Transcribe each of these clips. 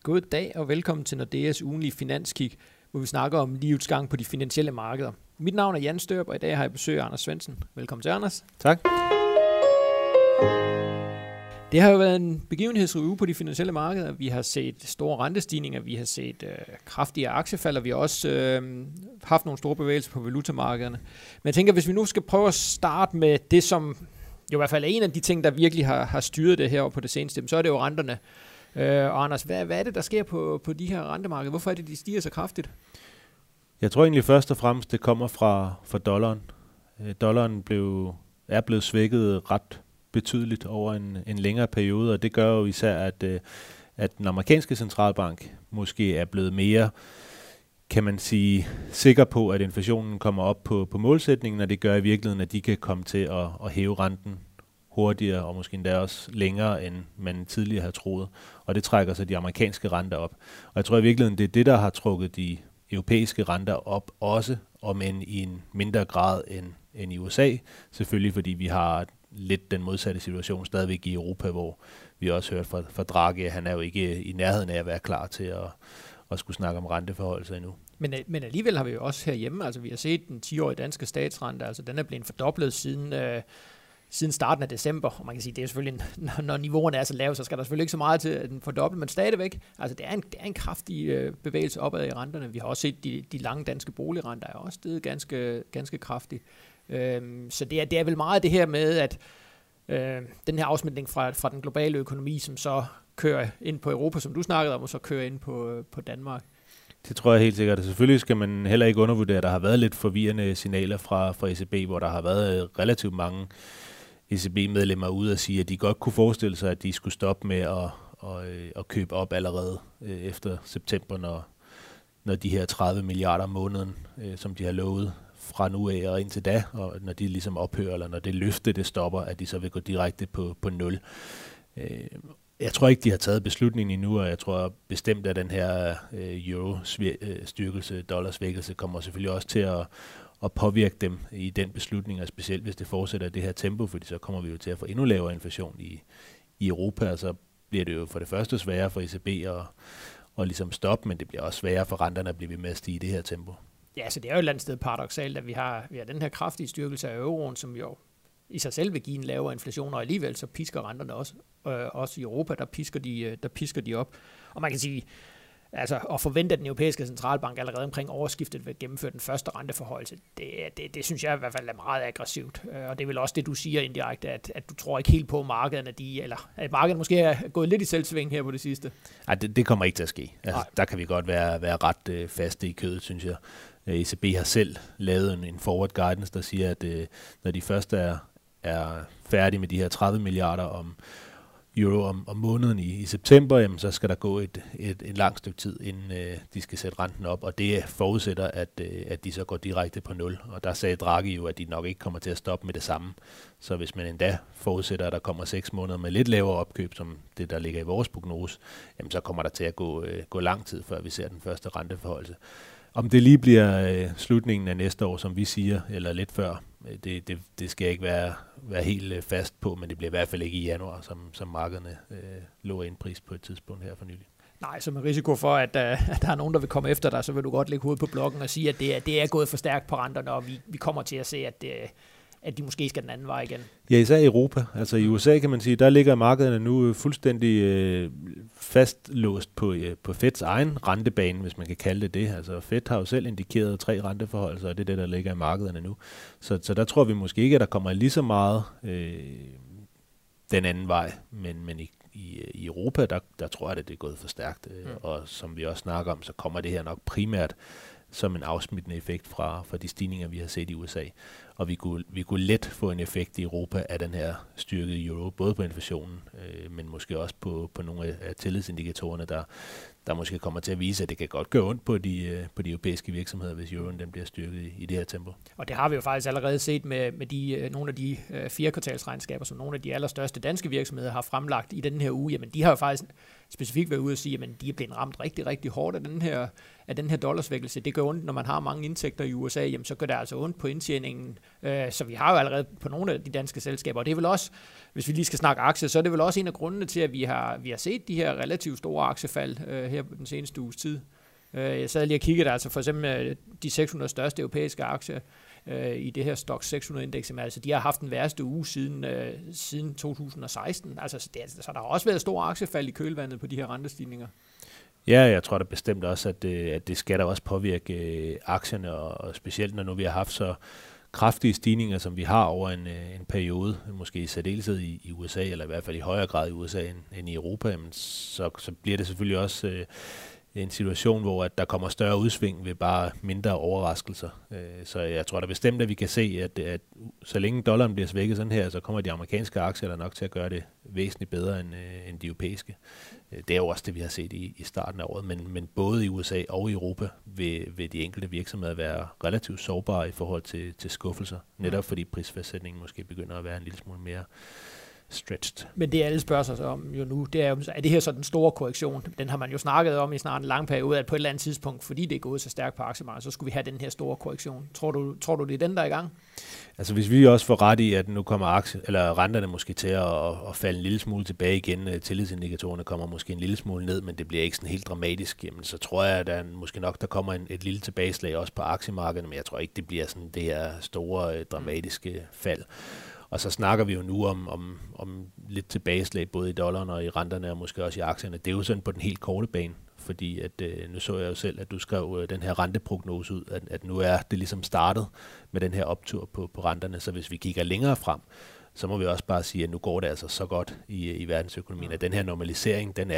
God dag og velkommen til Nordeas ugenlige finanskig, hvor vi snakker om livets gang på de finansielle markeder. Mit navn er Jan Størup, og i dag har jeg besøg af Anders Svendsen. Velkommen til, Anders. Tak. Det har jo været en begivenhedsrig uge på de finansielle markeder. Vi har set store rentestigninger, vi har set kraftige aktiefald, og vi har også haft nogle store bevægelser på valutamarkederne. Men jeg tænker, hvis vi nu skal prøve at starte med det, som jo i hvert fald er en af de ting, der virkelig har styret det her på det seneste, så er det jo renterne. Og Anders, hvad er det, der sker på de her rentemarkeder? Hvorfor er det, de stiger så kraftigt? Jeg tror egentlig først og fremmest, det kommer fra dollaren. Dollaren er blevet svækket ret betydeligt over en længere periode, og det gør jo især, at den amerikanske centralbank måske er blevet mere, kan man sige, sikker på, at inflationen kommer op på målsætningen, og det gør i virkeligheden, at de kan komme til at hæve renten hurtigere og måske endda også længere, end man tidligere har troet. Og det trækker så de amerikanske renter op. Og jeg tror i virkeligheden, det er det, der har trukket de europæiske renter op også, om end i en mindre grad end i USA. Selvfølgelig fordi vi har lidt den modsatte situation stadigvæk i Europa, hvor vi også hørt fra Draghi, at han er jo ikke i nærheden af at være klar til at skulle snakke om renteforholdelser endnu. Men alligevel har vi jo også herhjemme, altså vi har set den 10-årige danske statsrente, altså den er blevet fordoblet siden starten af december, og man kan sige, det er selvfølgelig, når niveauerne er så lave, så skal der selvfølgelig ikke så meget til at den fordoble, men stadigvæk, altså det er en kraftig bevægelse opad i renterne. Vi har også set, de lange danske boligrenter er også steget ganske kraftigt. Så det er vel meget det her med, at den her afsmitning fra den globale økonomi, som så kører ind på Europa, som du snakkede om, og så kører ind på Danmark. Det tror jeg helt sikkert. Selvfølgelig skal man heller ikke undervurdere, at der har været lidt forvirrende signaler fra ECB, hvor der har været relativt mange ECB-medlemmer ude at sige, at de godt kunne forestille sig, at de skulle stoppe med at købe op allerede efter september, når de her 30 milliarder om måneden, som de har lovet fra nu af og indtil da, og når de ligesom ophører, eller når det løfte det stopper, at de så vil gå direkte på 0. Jeg tror ikke, de har taget beslutningen endnu, og jeg tror bestemt, at den her euro-styrkelse, dollarsvækkelse, kommer selvfølgelig også til at påvirke dem i den beslutning, og specielt hvis det fortsætter i det her tempo, fordi så kommer vi jo til at få endnu lavere inflation i Europa, og så bliver det jo for det første sværere for ECB at ligesom stoppe, men det bliver også sværere for renterne at blive ved med at stige i det her tempo. Ja, så det er jo et eller andet sted paradoksalt, at vi har den her kraftige styrkelse af euroen, som jo i sig selv vil give en lavere inflation, og alligevel så pisker renterne også i Europa, der pisker de op. Og man kan sige, altså at forvente, at den europæiske centralbank allerede omkring årsskiftet vil gennemføre den første renteforhøjelse, det synes jeg i hvert fald er meget aggressivt. Og det er vel også det, du siger indirekte, at du tror ikke helt på markederne, eller at markederne måske er gået lidt i selvsving her på det sidste. Nej, det kommer ikke til at ske. Altså, der kan vi godt være ret faste i kødet, synes jeg. ECB har selv lavet en forward guidance, der siger, at når de først er færdige med de her 30 milliarder euro om måneden i september, jamen, så skal der gå et langt stykke tid, inden de skal sætte renten op, og det forudsætter, at de så går direkte på 0. Og der sagde Draghi jo, at de nok ikke kommer til at stoppe med det samme. Så hvis man endda forudsætter, at der kommer 6 måneder med lidt lavere opkøb, som det, der ligger i vores prognose, jamen, så kommer der til at gå lang tid, før vi ser den første renteforholdelse. Om det lige bliver slutningen af næste år, som vi siger, eller lidt før, det skal jeg ikke være helt fast på, men det bliver i hvert fald ikke i januar, som markederne lå en pris på et tidspunkt her for nylig. Nej, så med risiko for, at der er nogen, der vil komme efter dig, så vil du godt lægge hovedet på blokken og sige, at det er gået for stærkt på renterne, og vi kommer til at se, at de måske skal den anden vej igen. Ja, især i Europa. Altså i USA kan man sige, der ligger markederne nu fuldstændig fastlåst på Feds egen rentebane, hvis man kan kalde det det. Altså Fed har jo selv indikeret 3 renteforholdelser, og det er det, der ligger i markederne nu. Så der tror vi måske ikke, at der kommer lige så meget den anden vej, men i Europa, der tror jeg, at det er gået for stærkt. Og som vi også snakker om, så kommer det her nok primært som en afsmittende effekt fra de stigninger, vi har set i USA. Og vi kunne let få en effekt i Europa af den her styrkede euro, både på inflationen, men måske også på nogle af tillidsindikatorerne, der måske kommer til at vise, at det kan godt gøre ondt på de europæiske virksomheder, hvis euroen den bliver styrket i det her tempo. Og det har vi jo faktisk allerede set med nogle af de 4 kvartalsregnskaber, som nogle af de allerstørste danske virksomheder har fremlagt i den her uge. Jamen, de har jo faktisk specifikt været ude og sige, at de er blevet ramt rigtig, rigtig hårdt af den her dollarsvækkelse. Det gør ondt, når man har mange indtægter i USA, jamen så gør det altså ondt på indtjeningen. Så vi har jo allerede på nogle af de danske selskaber, og det er vel også, hvis vi lige skal snakke aktier, så er det vel også en af grundene til, at vi har set de her relativt store aktiefald her på den seneste uges tid. Jeg sad lige og kiggede, altså for eksempel de 600 største europæiske aktier i det her Stoxx 600-indeks, altså de har haft den værste uge siden 2016. Altså, så der har også været store aktiefald i kølvandet på de her rentestigninger. Ja, jeg tror da bestemt også, at det skal da også påvirke aktierne, og specielt når nu vi har haft så kraftige stigninger, som vi har over en periode, måske i særdeleshed i USA, eller i hvert fald i højere grad i USA end i Europa, men så bliver det selvfølgelig også en situation, hvor at der kommer større udsving ved bare mindre overraskelser. Så jeg tror da bestemt, at vi kan se, at så længe dollaren bliver svækket sådan her, så kommer de amerikanske aktier der nok til at gøre det væsentligt bedre end de europæiske. Det er jo også det, vi har set i starten af året, men både i USA og i Europa vil de enkelte virksomheder være relativt sårbare i forhold til skuffelser, netop fordi prisfastsætningen måske begynder at være en lille smule mere stretched. Men det alle spørger sig om jo nu, det er det her så den store korrektion? Den har man jo snakket om i snart en lang periode, at på et eller andet tidspunkt, fordi det er gået så stærkt på aktiemarkedet, så skulle vi have den her store korrektion. Tror du det er den, der er i gang? Altså hvis vi også får ret i, at nu kommer renterne måske til at falde en lille smule tilbage igen, tillidsindikatorerne kommer måske en lille smule ned, men det bliver ikke sådan helt dramatisk, jamen så tror jeg, at der kommer et lille tilbageslag også på aktiemarkedet, men jeg tror ikke, det bliver sådan det her store dramatiske fald. Og så snakker vi jo nu om lidt tilbageslag både i dollaren og i renterne og måske også i aktierne. Det er jo sådan på den helt korte bane, fordi at, nu så jeg jo selv, at du skrev den her renteprognose ud, at nu er det ligesom startet med den her optur på renterne. Så hvis vi kigger længere frem, så må vi også bare sige, at nu går det altså så godt i verdensøkonomien, at den her normalisering, den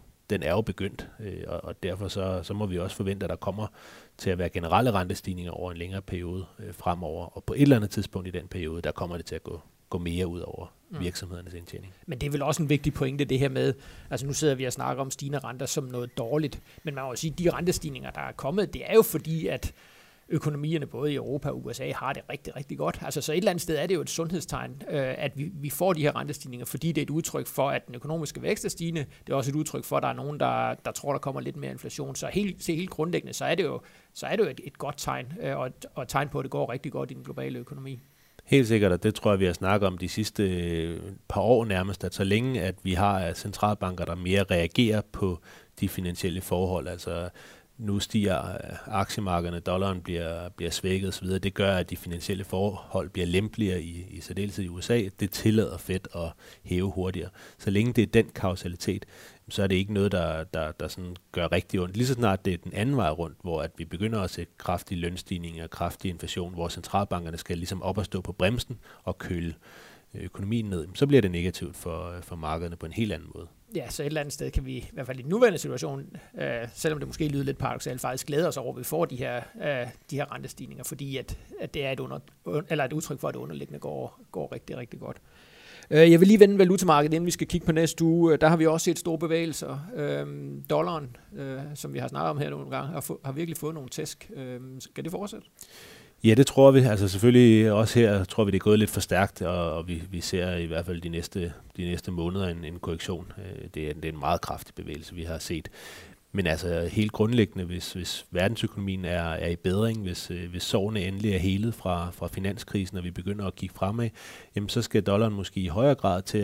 er jo begyndt, og derfor så må vi også forvente, at der kommer til at være generelle rentestigninger over en længere periode fremover, og på et eller andet tidspunkt i den periode, der kommer det til at gå mere ud over virksomhedernes indtjening. Men det er vel også en vigtig pointe, det her med, altså nu sidder vi og snakker om stigende renter som noget dårligt, men man må jo sige, at de rentestigninger, der er kommet, det er jo fordi, at økonomierne både i Europa og USA har det rigtig, rigtig godt. Altså så et eller andet sted er det jo et sundhedstegn, at vi får de her rentestigninger, fordi det er et udtryk for, at den økonomiske vækst er stigende. Det er også et udtryk for, at der er nogen, der tror, der kommer lidt mere inflation. Så helt grundlæggende, så er det jo et godt tegn, og et tegn på, at det går rigtig godt i den globale økonomi. Helt sikkert, og det tror jeg, vi har snakket om de sidste par år nærmest, at så længe at vi har centralbanker, der mere reagerer på de finansielle forhold, altså nu stiger aktiemarkederne, dollaren bliver svækket osv. Det gør, at de finansielle forhold bliver lempeligere i særdeleshed i USA. Det tillader Fed at hæve hurtigere. Så længe det er den kausalitet, så er det ikke noget, der sådan gør rigtig ondt. Lige så snart det er den anden vej rundt, hvor at vi begynder at se kraftige lønstigninger og kraftig inflation, hvor centralbankerne skal ligesom op og stå på bremsen og køle økonomien ned, så bliver det negativt for markederne på en helt anden måde. Ja, så et eller andet sted kan vi, i hvert fald i den nuværende situation, selvom det måske lyder lidt paradoksalt, faktisk glæde os over, at vi får de her rentestigninger, fordi at det er et udtryk for, at det underliggende går rigtig, rigtig godt. Jeg vil lige vende valutamarkedet, inden vi skal kigge på næste uge. Der har vi også set store bevægelser. Dollaren, som vi har snakket om her nogle gange, har virkelig fået nogle tæsk. Skal det fortsætte? Ja, det tror vi. Altså selvfølgelig også her tror vi, det er gået lidt for stærkt, og vi ser i hvert fald de næste måneder en korrektion. Det er en meget kraftig bevægelse, vi har set. Men altså helt grundlæggende, hvis verdensøkonomien er i bedring, hvis sårene endelig er helet fra finanskrisen, og vi begynder at kigge fremad, jamen så skal dollaren måske i højere grad til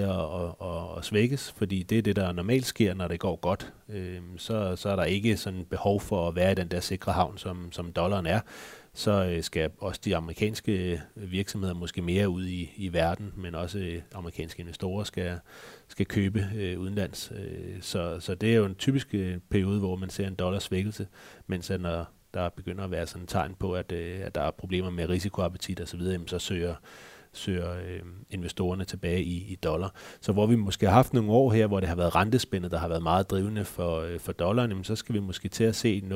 at svækkes, fordi det er det, der normalt sker, når det går godt. Så er der ikke sådan behov for at være i den der sikre havn, som dollaren er. Så skal også de amerikanske virksomheder måske mere ud i verden, men også amerikanske investorer skal købe udenlands. Så det er jo en typisk periode, hvor man ser en dollarsvækkelse, mens når der begynder at være sådan en tegn på, at der er problemer med risikoappetit osv., så søger investorerne tilbage i dollar. Så hvor vi måske har haft nogle år her, hvor det har været rentespændet, der har været meget drivende for dollaren, jamen, så skal vi måske til at se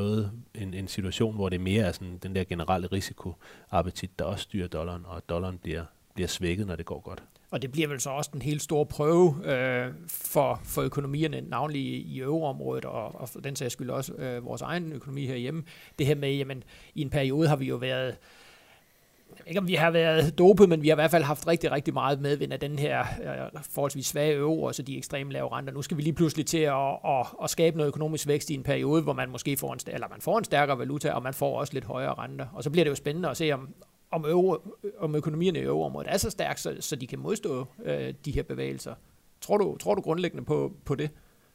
en situation, hvor det mere er sådan den der generelle risikoappetit, der også styrer dollaren, og dollaren bliver svækket, når det går godt. Og det bliver vel så også den helt store prøve for økonomierne, navnlig i euroområdet, og for den sags skyld også vores egen økonomi herhjemme. Det her med, jamen, i en periode har vi jo været ikke om vi har været dopet, men vi har i hvert fald haft rigtig, rigtig meget medvind af den her forholdsvis svage euro, og så de ekstremt lave renter. Nu skal vi lige pludselig til at skabe noget økonomisk vækst i en periode, hvor man måske får en stærkere valuta, og man får også lidt højere renter. Og så bliver det jo spændende at se, om økonomierne i euroområdet er så stærk, så de kan modstå de her bevægelser. Tror du grundlæggende på det?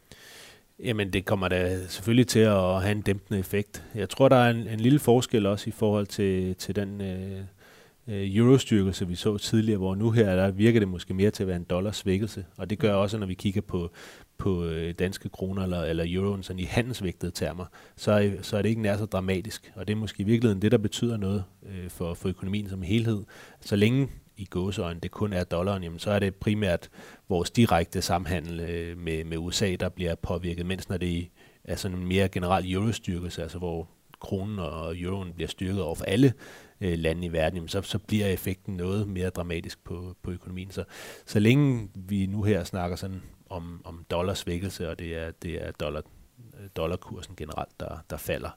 Jamen, det kommer da selvfølgelig til at have en dæmpende effekt. Jeg tror, der er en lille forskel også i forhold til den eurostyrkelse, vi så tidligere, hvor nu her, der virker det måske mere til at være en dollarsvækkelse, og det gør også, når vi kigger på danske kroner eller euroen sådan i handelsvægtede termer, så er det ikke nær så dramatisk, og det er måske i virkeligheden det, der betyder noget for økonomien som helhed. Så længe i gåseøjne det kun er dollaren, jamen, så er det primært vores direkte samhandel med USA, der bliver påvirket, mens når det er sådan en mere generel eurostyrkelse, altså hvor kronen og euroen bliver styrket over for alle lande i verden, jamen, så bliver effekten noget mere dramatisk på økonomien. Så længe vi nu her snakker sådan om dollarsvækkelse, og det er dollarkursen generelt, der falder,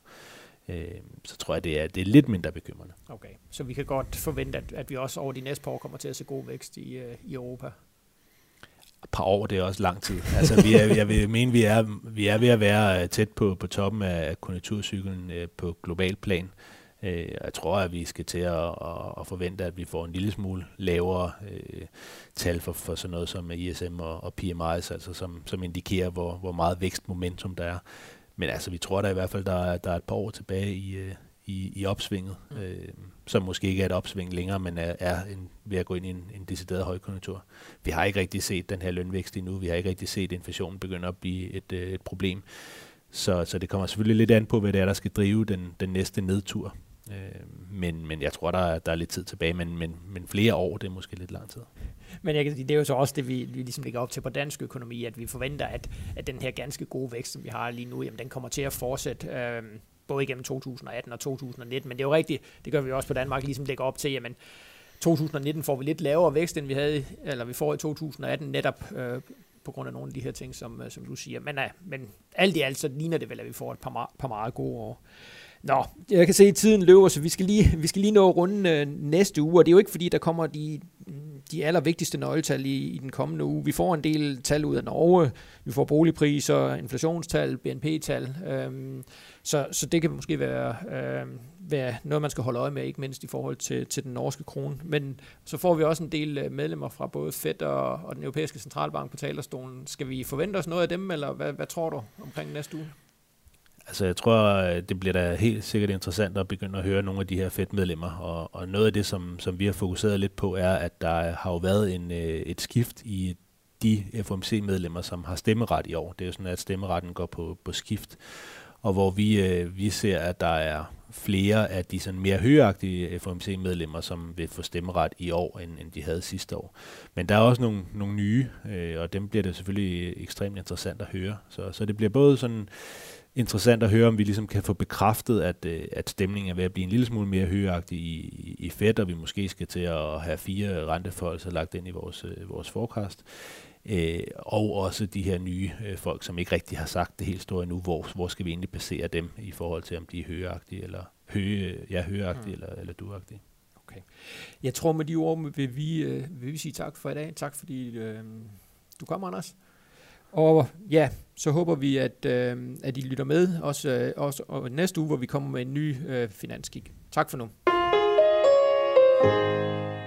så tror jeg, det er lidt mindre bekymrende. Okay, så vi kan godt forvente, at vi også over de næste par år kommer til at se god vækst i Europa. Et par år, det er også lang tid. Altså, jeg vil mene, vi er ved at være tæt på toppen af konjunkturcyklen på global plan. Jeg tror, at vi skal til at forvente, at vi får en lille smule lavere tal for sådan noget som ISM og PMIs, altså som indikerer, hvor meget vækstmomentum der er. Men altså, vi tror da i hvert fald, der er et par år tilbage i opsvinget, som måske ikke er et opsving længere, men er ved at gå ind i en decideret højkonjunktur. Vi har ikke rigtig set den her lønvækst endnu. Vi har ikke rigtig set, at inflationen begynder at blive et problem. Så det kommer selvfølgelig lidt an på, hvad det er, der skal drive den næste nedtur. Men jeg tror, der er lidt tid tilbage, men flere år, det er måske lidt lang tid. Men jeg kan sige, det er jo så også det, vi ligesom lægger op til på dansk økonomi, at vi forventer, at den her ganske gode vækst, som vi har lige nu, jamen, den kommer til at fortsætte både igennem 2018 og 2019. Men det er jo rigtigt, det gør vi også på Danmark, ligesom lægger op til, jamen 2019 får vi lidt lavere vækst, end vi får i 2018, netop på grund af nogle af de her ting, som du siger. Men alt i alt, så ligner det vel, at vi får et par meget gode år. Nå, jeg kan se, at tiden løber, så vi skal lige nå runde næste uge, og det er jo ikke, fordi der kommer de allervigtigste nøgletal i den kommende uge. Vi får en del tal ud af Norge, vi får boligpriser, inflationstal, BNP-tal, så det kan måske være noget, man skal holde øje med, ikke mindst i forhold til den norske krone. Men så får vi også en del medlemmer fra både Fed og den europæiske centralbank på talerstolen. Skal vi forvente os noget af dem, eller hvad tror du omkring næste uge? Altså, jeg tror, det bliver da helt sikkert interessant at begynde at høre nogle af de her Fed-medlemmer, og noget af det, som vi har fokuseret lidt på, er, at der har jo været et skift i de FOMC-medlemmer, som har stemmeret i år. Det er jo sådan, at stemmeretten går på skift, og hvor vi ser, at der er flere af de sådan mere højagtige FOMC-medlemmer, som vil få stemmeret i år, end de havde sidste år. Men der er også nogle nye, og dem bliver det selvfølgelig ekstremt interessant at høre. Så det bliver både sådan interessant at høre, om vi ligesom kan få bekræftet, at stemningen er ved at blive en lille smule mere højagtig i Fed, og vi måske skal til at have 4 renteforholdelser lagt ind i vores forecast. Og også de her nye folk, som ikke rigtig har sagt det helt store endnu, hvor skal vi egentlig placere dem i forhold til, om de er højagtige eller højagtige eller duagtige. Okay. Jeg tror, med de ord vil vi sige tak for i dag. Tak fordi du kom, Anders. Og ja, så håber vi, at I lytter med også næste uge, hvor vi kommer med en ny finanskig. Tak for nu.